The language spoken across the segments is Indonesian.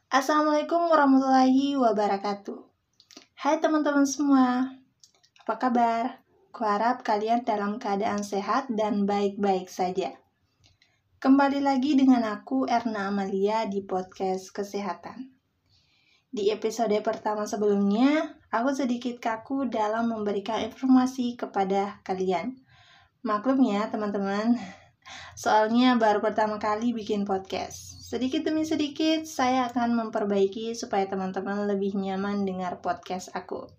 Assalamualaikum warahmatullahi wabarakatuh. Hai teman-teman semua, apa kabar? Kuharap kalian dalam keadaan sehat dan baik-baik saja. Kembali lagi dengan aku Erna Amalia di podcast kesehatan. Di episode pertama sebelumnya, aku sedikit kaku dalam memberikan informasi kepada kalian. Maklum ya teman-teman, soalnya baru pertama kali bikin podcast. Sedikit demi sedikit, saya akan memperbaiki supaya teman-teman lebih nyaman dengar podcast aku.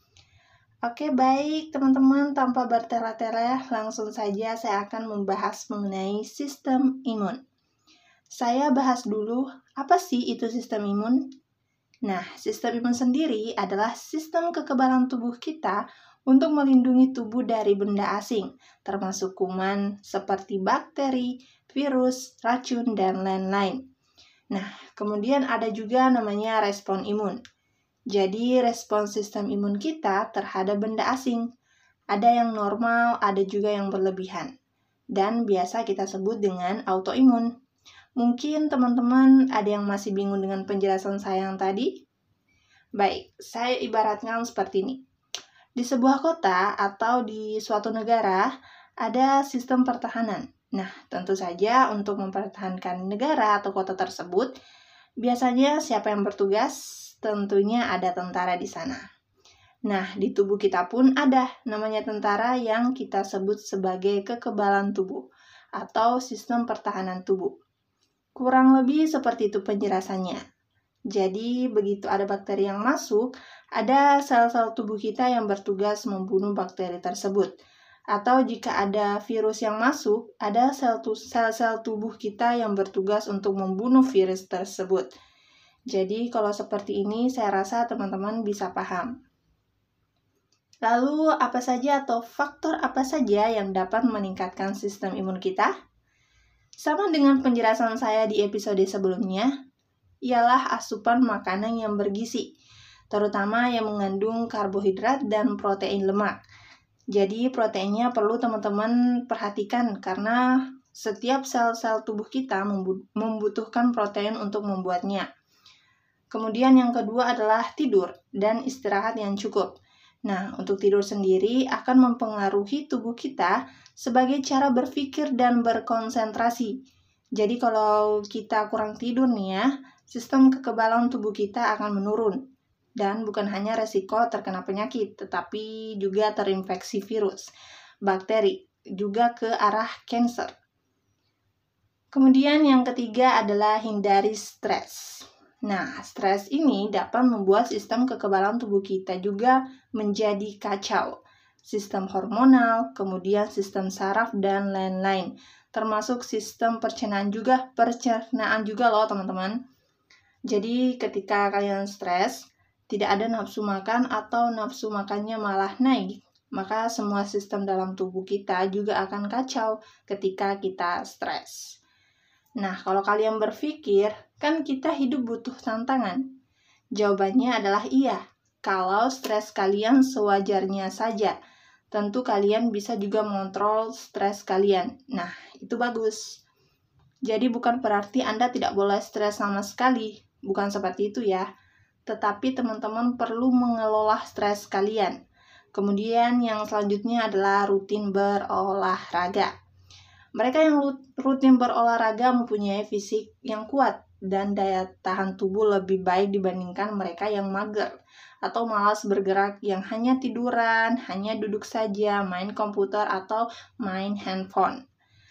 Oke, baik teman-teman, tanpa bertele-tele, langsung saja saya akan membahas mengenai sistem imun. Saya bahas dulu, apa sih itu sistem imun? Nah, sistem imun sendiri adalah sistem kekebalan tubuh kita untuk melindungi tubuh dari benda asing, termasuk kuman seperti bakteri, virus, racun, dan lain-lain. Nah, kemudian ada juga namanya respon imun. Jadi, respon sistem imun kita terhadap benda asing. Ada yang normal, ada juga yang berlebihan. Dan biasa kita sebut dengan autoimun. Mungkin teman-teman ada yang masih bingung dengan penjelasan saya yang tadi? Baik, saya ibaratkan seperti ini. Di sebuah kota atau di suatu negara, ada sistem pertahanan. Nah, tentu saja untuk mempertahankan negara atau kota tersebut, biasanya siapa yang bertugas? Tentunya ada tentara di sana. Nah, di tubuh kita pun ada namanya tentara yang kita sebut sebagai kekebalan tubuh atau sistem pertahanan tubuh. Kurang lebih seperti itu penjelasannya. Jadi, begitu ada bakteri yang masuk, ada sel-sel tubuh kita yang bertugas membunuh bakteri tersebut. Atau jika ada virus yang masuk, ada sel-sel tubuh kita yang bertugas untuk membunuh virus tersebut. Jadi, kalau seperti ini, saya rasa teman-teman bisa paham. Lalu, apa saja atau faktor apa saja yang dapat meningkatkan sistem imun kita? Sama dengan penjelasan saya di episode sebelumnya, ialah asupan makanan yang bergizi, terutama yang mengandung karbohidrat dan protein lemak. Jadi proteinnya perlu teman-teman perhatikan karena setiap sel-sel tubuh kita membutuhkan protein untuk membuatnya. Kemudian yang kedua adalah tidur dan istirahat yang cukup. Nah, untuk tidur sendiri akan mempengaruhi tubuh kita sebagai cara berpikir dan berkonsentrasi. Jadi kalau kita kurang tidur nih ya, sistem kekebalan tubuh kita akan menurun. Dan bukan hanya resiko terkena penyakit, tetapi juga terinfeksi virus, bakteri, juga ke arah kanker. Kemudian yang ketiga adalah hindari stres. Nah, stres ini dapat membuat sistem kekebalan tubuh kita juga menjadi kacau. Sistem hormonal, kemudian sistem saraf, dan lain-lain. Termasuk sistem pencernaan juga loh teman-teman. Jadi ketika kalian stres, tidak ada nafsu makan atau nafsu makannya malah naik, maka semua sistem dalam tubuh kita juga akan kacau ketika kita stres. Nah, kalau kalian berpikir, kan kita hidup butuh tantangan? Jawabannya adalah iya, kalau stres kalian sewajarnya saja. Tentu kalian bisa juga mengontrol stres kalian. Nah, itu bagus. Jadi bukan berarti Anda tidak boleh stres sama sekali. Bukan seperti itu ya. Tetapi teman-teman perlu mengelola stres kalian. Kemudian yang selanjutnya adalah rutin berolahraga. Mereka yang rutin berolahraga mempunyai fisik yang kuat dan daya tahan tubuh lebih baik dibandingkan mereka yang mager atau malas bergerak yang hanya tiduran, hanya duduk saja, main komputer atau main handphone.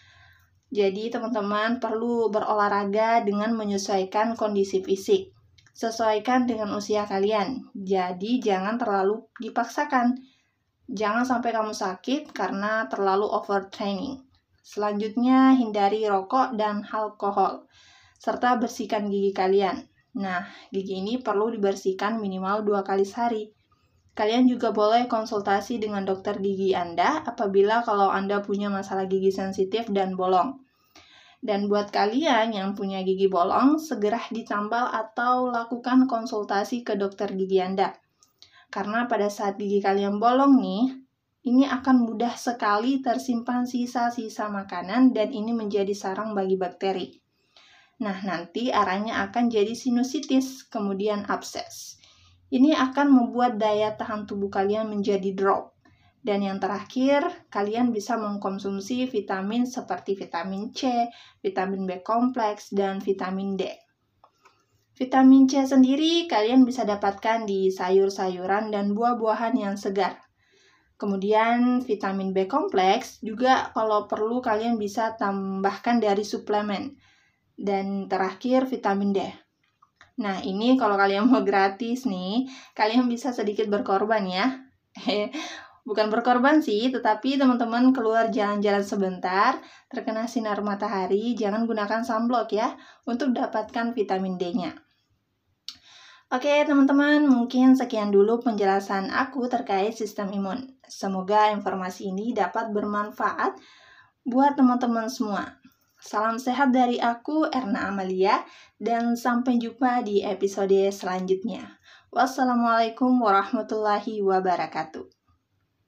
Jadi teman-teman perlu berolahraga dengan menyesuaikan kondisi fisik. Sesuaikan dengan usia kalian. Jadi jangan terlalu dipaksakan. Jangan sampai kamu sakit karena terlalu overtraining. Selanjutnya hindari rokok dan alkohol. Serta bersihkan gigi kalian. Nah, gigi ini perlu dibersihkan minimal 2 kali sehari. Kalian juga boleh konsultasi dengan dokter gigi Anda apabila kalau Anda punya masalah gigi sensitif dan bolong. Dan buat kalian yang punya gigi bolong, segera ditambal atau lakukan konsultasi ke dokter gigi Anda. Karena pada saat gigi kalian bolong nih, ini akan mudah sekali tersimpan sisa-sisa makanan dan ini menjadi sarang bagi bakteri. Nah, nanti arahnya akan jadi sinusitis, kemudian abses. Ini akan membuat daya tahan tubuh kalian menjadi drop. Dan yang terakhir, kalian bisa mengkonsumsi vitamin seperti vitamin C, vitamin B kompleks, dan vitamin D. Vitamin C sendiri kalian bisa dapatkan di sayur-sayuran dan buah-buahan yang segar. Kemudian vitamin B kompleks juga kalau perlu kalian bisa tambahkan dari suplemen. Dan terakhir vitamin D. Nah, ini kalau kalian mau gratis nih, kalian bisa sedikit berkorban ya. Bukan berkorban sih, tetapi teman-teman keluar jalan-jalan sebentar, terkena sinar matahari, jangan gunakan sunblock ya, untuk dapatkan vitamin D-nya. Oke teman-teman, mungkin sekian dulu penjelasan aku terkait sistem imun. Semoga informasi ini dapat bermanfaat buat teman-teman semua. Salam sehat dari aku, Erna Amalia, dan sampai jumpa di episode selanjutnya. Wassalamualaikum warahmatullahi wabarakatuh.